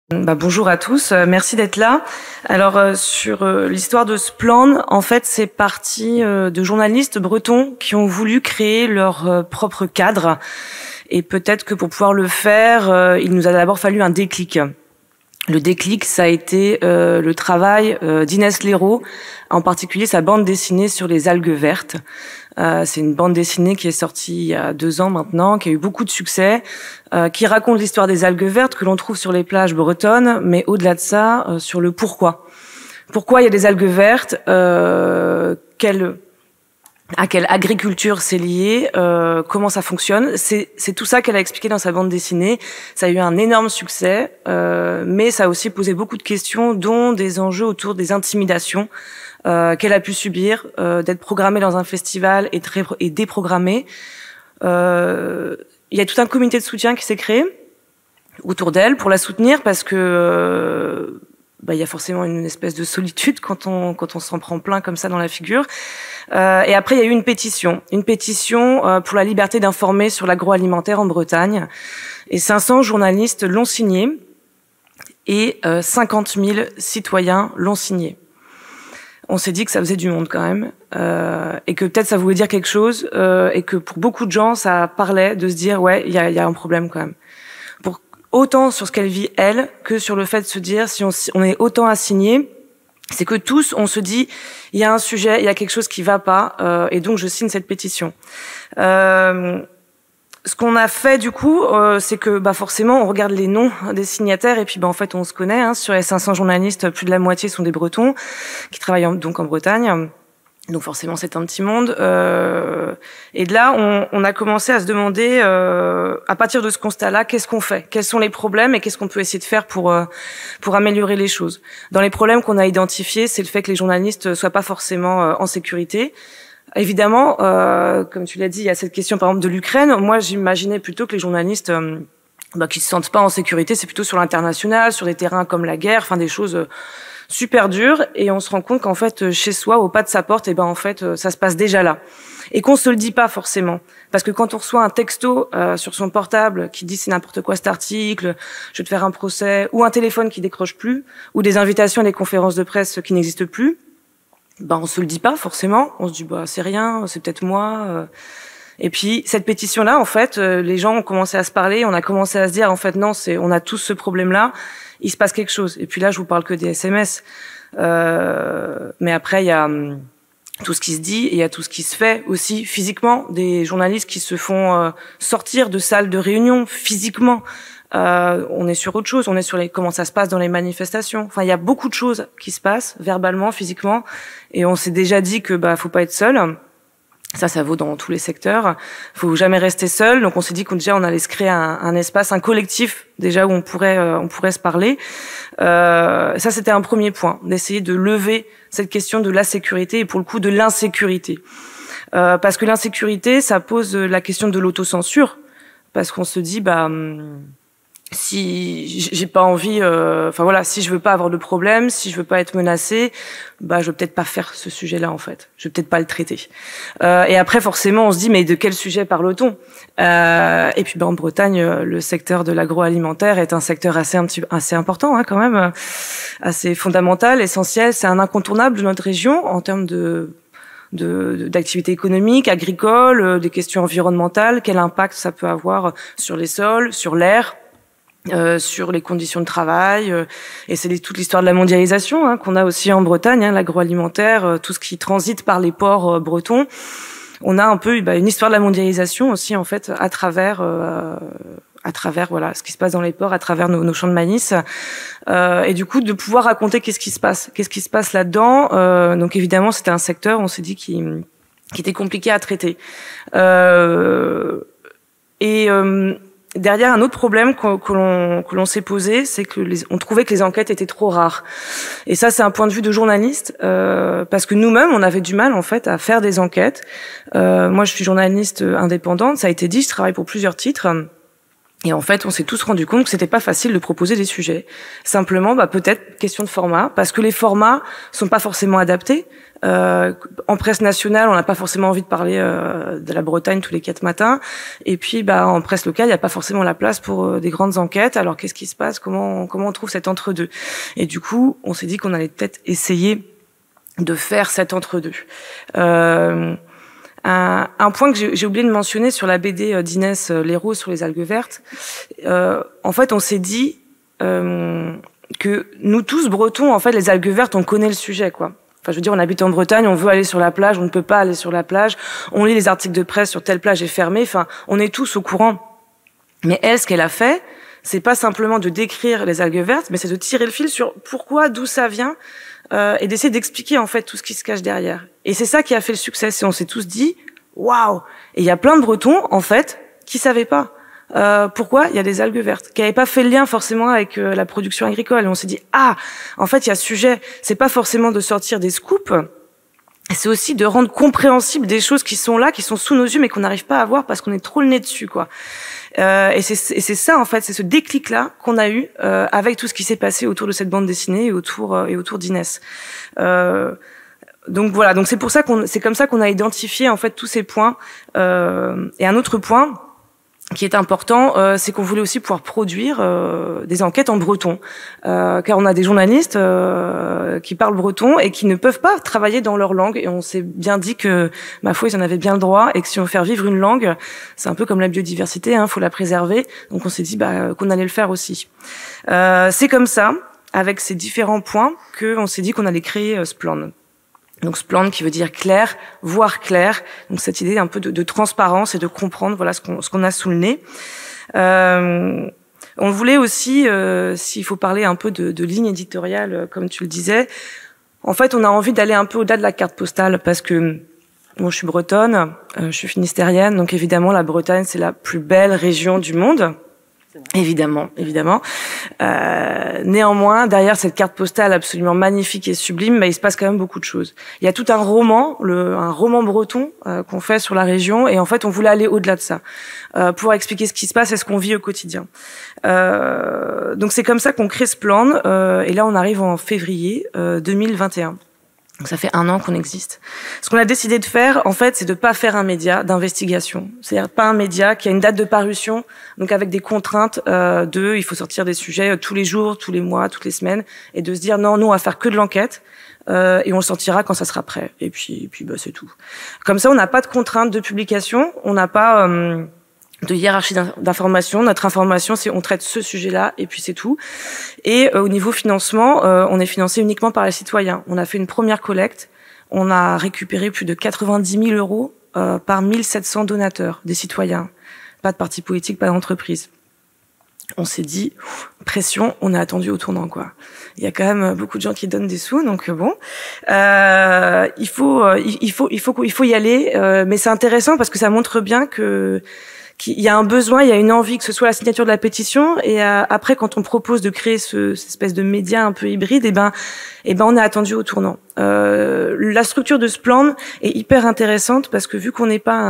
Bonjour à tous, merci d'être là. Alors sur l'histoire de Spland, en fait c'est parti de journalistes bretons qui ont voulu créer leur propre cadre. Et peut-être que pour pouvoir le faire, il nous a d'abord fallu un déclic. Le déclic, ça a été le travail d'Inès Léraud, en particulier sa bande dessinée sur les algues vertes. C'est une bande dessinée qui est sortie il y a 2 ans maintenant, qui a eu beaucoup de succès, qui raconte l'histoire des algues vertes que l'on trouve sur les plages bretonnes, mais au-delà de ça, sur le pourquoi. Pourquoi il y a des algues vertes, à quelle agriculture c'est lié, comment ça fonctionne. C'est tout ça qu'elle a expliqué dans sa bande dessinée. Ça a eu un énorme succès, mais ça a aussi posé beaucoup de questions, dont des enjeux autour des intimidations qu'elle a pu subir, d'être programmée dans un festival et déprogrammée. Il y a tout un comité de soutien qui s'est créé autour d'elle pour la soutenir parce que il y a forcément une espèce de solitude quand on s'en prend plein comme ça dans la figure. Et après, il y a eu une pétition pour la liberté d'informer sur l'agroalimentaire en Bretagne. Et 500 journalistes l'ont signée et 50 000 citoyens l'ont signée. On s'est dit que ça faisait du monde quand même, et que peut-être ça voulait dire quelque chose, et que pour beaucoup de gens, ça parlait de se dire ouais, il y a un problème quand même. Autant sur ce qu'elle vit elle que sur le fait de se dire si on est autant à signer, c'est que tous on se dit il y a un sujet, il y a quelque chose qui va pas, et donc je signe cette pétition. Ce qu'on a fait du coup, c'est que forcément on regarde les noms des signataires et puis en fait on se connaît. Hein, sur les 500 journalistes, plus de la moitié sont des Bretons qui travaillent donc en Bretagne. Donc forcément c'est un petit monde. Et de là on a commencé à se demander à partir de ce constat-là qu'est-ce qu'on fait, quels sont les problèmes et qu'est-ce qu'on peut essayer de faire pour améliorer les choses. Dans les problèmes qu'on a identifiés, c'est le fait que les journalistes soient pas forcément en sécurité. Évidemment, comme tu l'as dit, il y a cette question par exemple de l'Ukraine. Moi, j'imaginais plutôt que les journalistes qui se sentent pas en sécurité, c'est plutôt sur l'international, sur des terrains comme la guerre, enfin des choses super dures. Et on se rend compte qu'en fait, chez soi, au pas de sa porte, en fait, ça se passe déjà là. Et qu'on se le dit pas forcément. Parce que quand on reçoit un texto sur son portable qui dit c'est n'importe quoi cet article, je vais te faire un procès, ou un téléphone qui décroche plus, ou des invitations à des conférences de presse qui n'existent plus, on se le dit pas forcément. On se dit c'est rien, c'est peut-être moi. Et puis cette pétition-là, en fait, les gens ont commencé à se parler, on a commencé à se dire en fait non, on a tous ce problème-là. Il se passe quelque chose. Et puis là, je vous parle que des SMS. Mais après, il y a tout ce qui se dit et il y a tout ce qui se fait aussi physiquement. Des journalistes qui se font sortir de salles de réunion physiquement. On est sur autre chose. On est sur comment ça se passe dans les manifestations. Enfin, il y a beaucoup de choses qui se passent verbalement, physiquement. Et on s'est déjà dit que faut pas être seul. Ça vaut dans tous les secteurs. Faut jamais rester seul. Donc on s'est dit qu'on allait se créer un espace, un collectif déjà où on pourrait se parler. Ça c'était un premier point, d'essayer de lever cette question de la sécurité et pour le coup de l'insécurité. Parce que l'insécurité, ça pose la question de l'autocensure. Parce qu'on se dit si j'ai pas envie, si je veux pas avoir de problème, si je veux pas être menacée, je vais peut-être pas faire ce sujet-là en fait. Je vais peut-être pas le traiter. Et après forcément on se dit mais de quel sujet parle-t-on Et puis en Bretagne, le secteur de l'agroalimentaire est un secteur assez important quand même, assez fondamental, essentiel. C'est un incontournable de notre région en termes d'activités économiques, agricoles, des questions environnementales. Quel impact ça peut avoir sur les sols, sur l'air. Sur les conditions de travail, et c'est toute l'histoire de la mondialisation qu'on a aussi en Bretagne, l'agroalimentaire, tout ce qui transite par les ports bretons. On a un peu une histoire de la mondialisation aussi en fait à travers ce qui se passe dans les ports, à travers nos champs de maïs, et du coup de pouvoir raconter qu'est-ce qui se passe là-dedans. Donc évidemment c'était un secteur, on s'est dit qui était compliqué à traiter. Derrière, un autre problème que l'on s'est posé, c'est que on trouvait que les enquêtes étaient trop rares. Et ça, c'est un point de vue de journaliste, parce que nous-mêmes, on avait du mal en fait à faire des enquêtes. Moi, je suis journaliste indépendante, ça a été dit, je travaille pour plusieurs titres. Et en fait, on s'est tous rendu compte que c'était pas facile de proposer des sujets. Simplement, peut-être question de format, parce que les formats sont pas forcément adaptés. En presse nationale, on n'a pas forcément envie de parler de la Bretagne tous les 4 matins. Et puis, en presse locale, il n'y a pas forcément la place pour des grandes enquêtes. Alors, qu'est-ce qui se passe? Comment on trouve cet entre-deux? Et du coup, on s'est dit qu'on allait peut-être essayer de faire cet entre-deux. Un point que j'ai oublié de mentionner sur la BD d'Inès Leroux sur les algues vertes, en fait, on s'est dit que nous tous, Bretons, en fait, les algues vertes, on connaît le sujet, quoi. Enfin, je veux dire, on habite en Bretagne, on veut aller sur la plage, on ne peut pas aller sur la plage, on lit les articles de presse sur telle plage est fermée, enfin, on est tous au courant. Mais elle, ce qu'elle a fait, c'est pas simplement de décrire les algues vertes, mais c'est de tirer le fil sur pourquoi, d'où ça vient, et d'essayer d'expliquer en fait tout ce qui se cache derrière. Et c'est ça qui a fait le succès. On s'est tous dit waouh. Et il y a plein de Bretons en fait qui savaient pas pourquoi il y a des algues vertes, qui n'avaient pas fait le lien forcément avec la production agricole. Et on s'est dit en fait il y a ce sujet. C'est pas forcément de sortir des scoops. C'est aussi de rendre compréhensible des choses qui sont là, qui sont sous nos yeux, mais qu'on n'arrive pas à voir parce qu'on est trop le nez dessus, quoi. Et c'est ça, en fait, c'est ce déclic-là qu'on a eu avec tout ce qui s'est passé autour de cette bande dessinée et autour d'Inès. Donc voilà, donc c'est pour ça c'est comme ça qu'on a identifié en fait tous ces points. Et un autre point qui est important, c'est qu'on voulait aussi pouvoir produire des enquêtes en breton, car on a des journalistes qui parlent breton et qui ne peuvent pas travailler dans leur langue, et on s'est bien dit que, ma foi, ils en avaient bien le droit, et que si on veut faire vivre une langue, c'est un peu comme la biodiversité, faut la préserver, donc on s'est dit qu'on allait le faire aussi. C'est comme ça, avec ces différents points, qu'on s'est dit qu'on allait créer Splan. Donc Splan qui veut dire clair, voir clair. Donc cette idée un peu de transparence et de comprendre voilà ce qu'on a sous le nez. On voulait aussi, s'il faut parler un peu de ligne éditoriale, comme tu le disais, en fait on a envie d'aller un peu au-delà de la carte postale parce que moi je suis bretonne, je suis finistérienne, donc évidemment la Bretagne c'est la plus belle région du monde. Évidemment. Néanmoins, derrière cette carte postale absolument magnifique et sublime, il se passe quand même beaucoup de choses. Il y a tout un roman, un roman breton qu'on fait sur la région, et en fait, on voulait aller au-delà de ça, pour expliquer ce qui se passe et ce qu'on vit au quotidien. Donc c'est comme ça qu'on crée ce plan, et là on arrive en février 2021. Donc ça fait 1 an qu'on existe. Ce qu'on a décidé de faire, en fait, c'est de pas faire un média d'investigation. C'est-à-dire pas un média qui a une date de parution, donc avec des contraintes il faut sortir des sujets tous les jours, tous les mois, toutes les semaines, et de se dire non, nous on va faire que de l'enquête et on le sortira quand ça sera prêt. Et puis c'est tout. Comme ça, on n'a pas de contraintes de publication, on n'a pas de hiérarchie d'information. Notre information, c'est on traite ce sujet-là et puis c'est tout. Et au niveau financement, on est financé uniquement par les citoyens. On a fait une première collecte. On a récupéré plus de 90 000 euros par 1700 donateurs, des citoyens. Pas de parti politique, pas d'entreprise. On s'est dit, pression, on a attendu au tournant, quoi. Il y a quand même beaucoup de gens qui donnent des sous, donc bon. Il faut y aller, mais c'est intéressant parce que ça montre bien qu'il y a un besoin, il y a une envie, que ce soit la signature de la pétition, et après quand on propose de créer cette espèce de média un peu hybride, et ben on est attendu au tournant. La structure de ce plan est hyper intéressante parce que vu qu'on n'est pas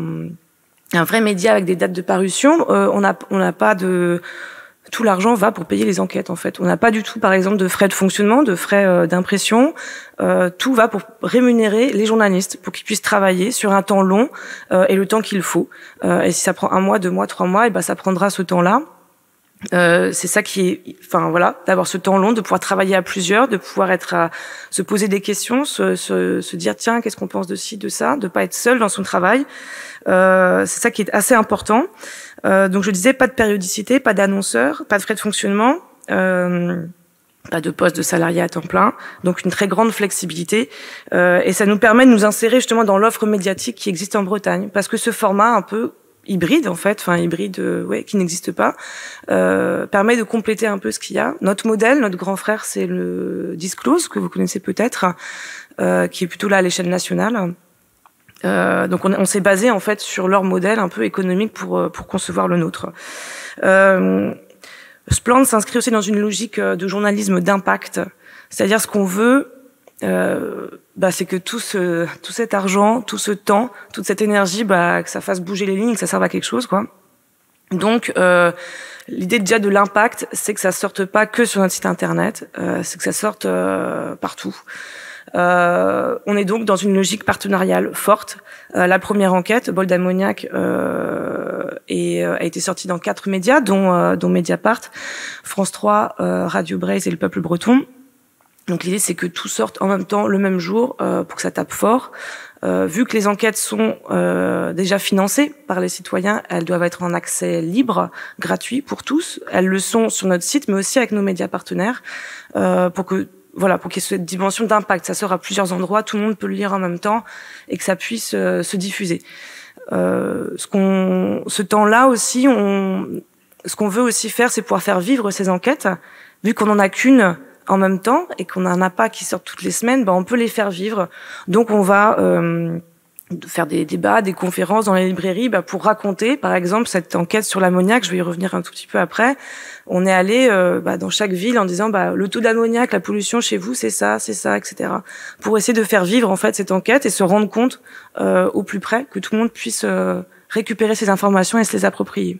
un vrai média avec des dates de parution, on n'a pas de... Tout l'argent va pour payer les enquêtes, en fait. On n'a pas du tout, par exemple, de frais de fonctionnement, de frais d'impression. Tout va pour rémunérer les journalistes, pour qu'ils puissent travailler sur un temps long et le temps qu'il faut. Et si ça prend 1 mois, 2 mois, 3 mois, et ça prendra ce temps-là. C'est ça qui est, d'avoir ce temps long, de pouvoir travailler à plusieurs, de pouvoir se poser des questions, se dire tiens, qu'est-ce qu'on pense de ci, de ça, de pas être seul dans son travail. C'est ça qui est assez important. Donc je disais pas de périodicité, pas d'annonceur, pas de frais de fonctionnement, pas de poste de salarié à temps plein, donc une très grande flexibilité. Et ça nous permet de nous insérer justement dans l'offre médiatique qui existe en Bretagne, parce que ce format un peu hybride en fait, qui n'existe pas, permet de compléter un peu ce qu'il y a. Notre modèle, notre grand frère, c'est le Disclose que vous connaissez peut-être, qui est plutôt là à l'échelle nationale. Donc on s'est basé en fait sur leur modèle un peu économique pour concevoir le nôtre. Ce plan s'inscrit aussi dans une logique de journalisme d'impact, c'est-à-dire ce qu'on veut. C'est que tout cet argent, tout ce temps, toute cette énergie, que ça fasse bouger les lignes, que ça serve à quelque chose, quoi. Donc, l'idée déjà de l'impact, c'est que ça sorte pas que sur notre site internet, c'est que ça sorte partout. On est donc dans une logique partenariale forte. La première enquête, Bol d'ammoniac, a été sortie dans 4 médias, dont Mediapart, France 3, Radio Braise et Le Peuple Breton. Donc l'idée, c'est que tout sorte en même temps, le même jour, pour que ça tape fort. Vu que les enquêtes sont déjà financées par les citoyens, elles doivent être en accès libre, gratuit pour tous. Elles le sont sur notre site, mais aussi avec nos médias partenaires, pour qu'il y ait cette dimension d'impact. Ça sort à plusieurs endroits, tout le monde peut le lire en même temps et que ça puisse se diffuser. Ce temps-là aussi, ce qu'on veut aussi faire, c'est pouvoir faire vivre ces enquêtes. Vu qu'on en a qu'une en même temps et qu'on n'en a pas qui sortent toutes les semaines, on peut les faire vivre. Donc on va faire des débats, des conférences dans les librairies pour raconter, par exemple, cette enquête sur l'ammoniac. Je vais y revenir un tout petit peu après. On est allé dans chaque ville en disant le taux d'ammoniac, la pollution chez vous, c'est ça, etc. Pour essayer de faire vivre en fait cette enquête et se rendre compte au plus près que tout le monde puisse récupérer ces informations et se les approprier.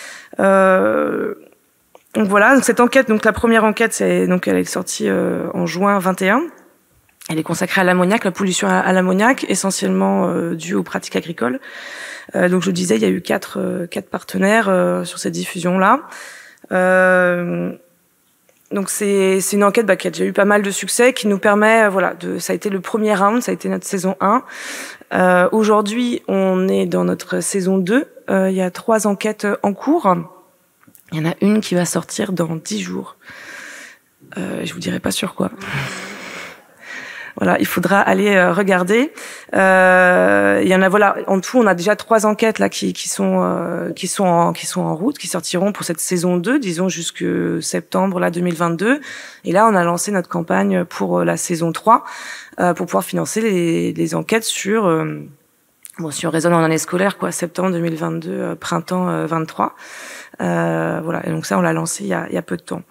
Donc voilà, cette enquête, donc la première enquête, elle est sortie en juin 21. Elle est consacrée à l'ammoniac, la pollution à l'ammoniac, essentiellement due aux pratiques agricoles. Donc je le disais, il y a eu quatre partenaires sur cette diffusion-là. Donc c'est une enquête qui a déjà eu pas mal de succès, qui nous permet, ça a été le premier round, ça a été notre saison 1. Aujourd'hui, on est dans notre saison 2. Il y a 3 enquêtes en cours. Il y en a une qui va sortir dans 10 jours. Je vous dirai pas sur quoi. Voilà, il faudra aller regarder. Il y en a, en tout, on a déjà 3 enquêtes là qui sont en route, qui sortiront pour cette saison 2, disons jusque septembre 2022. Et là, on a lancé notre campagne pour la saison 3 pour pouvoir financer les enquêtes sur si on raisonne en année scolaire, septembre 2022, printemps 23. Et donc ça, on l'a lancé il y a peu de temps.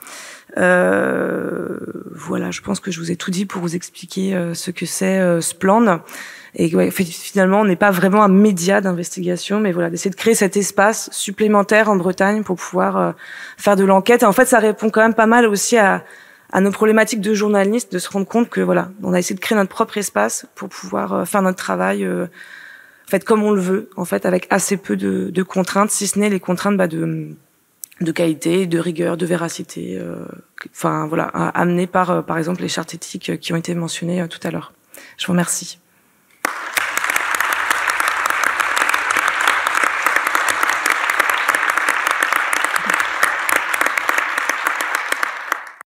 Je pense que je vous ai tout dit pour vous expliquer ce que c'est Spland. Et finalement, on n'est pas vraiment un média d'investigation, mais d'essayer de créer cet espace supplémentaire en Bretagne pour pouvoir faire de l'enquête. Et en fait, ça répond quand même pas mal aussi à nos problématiques de journalistes, de se rendre compte que on a essayé de créer notre propre espace pour pouvoir faire notre travail comme on le veut, avec assez peu de contraintes, si ce n'est les contraintes de qualité, de rigueur, de véracité, amenées par exemple les chartes éthiques qui ont été mentionnées tout à l'heure. Je vous remercie.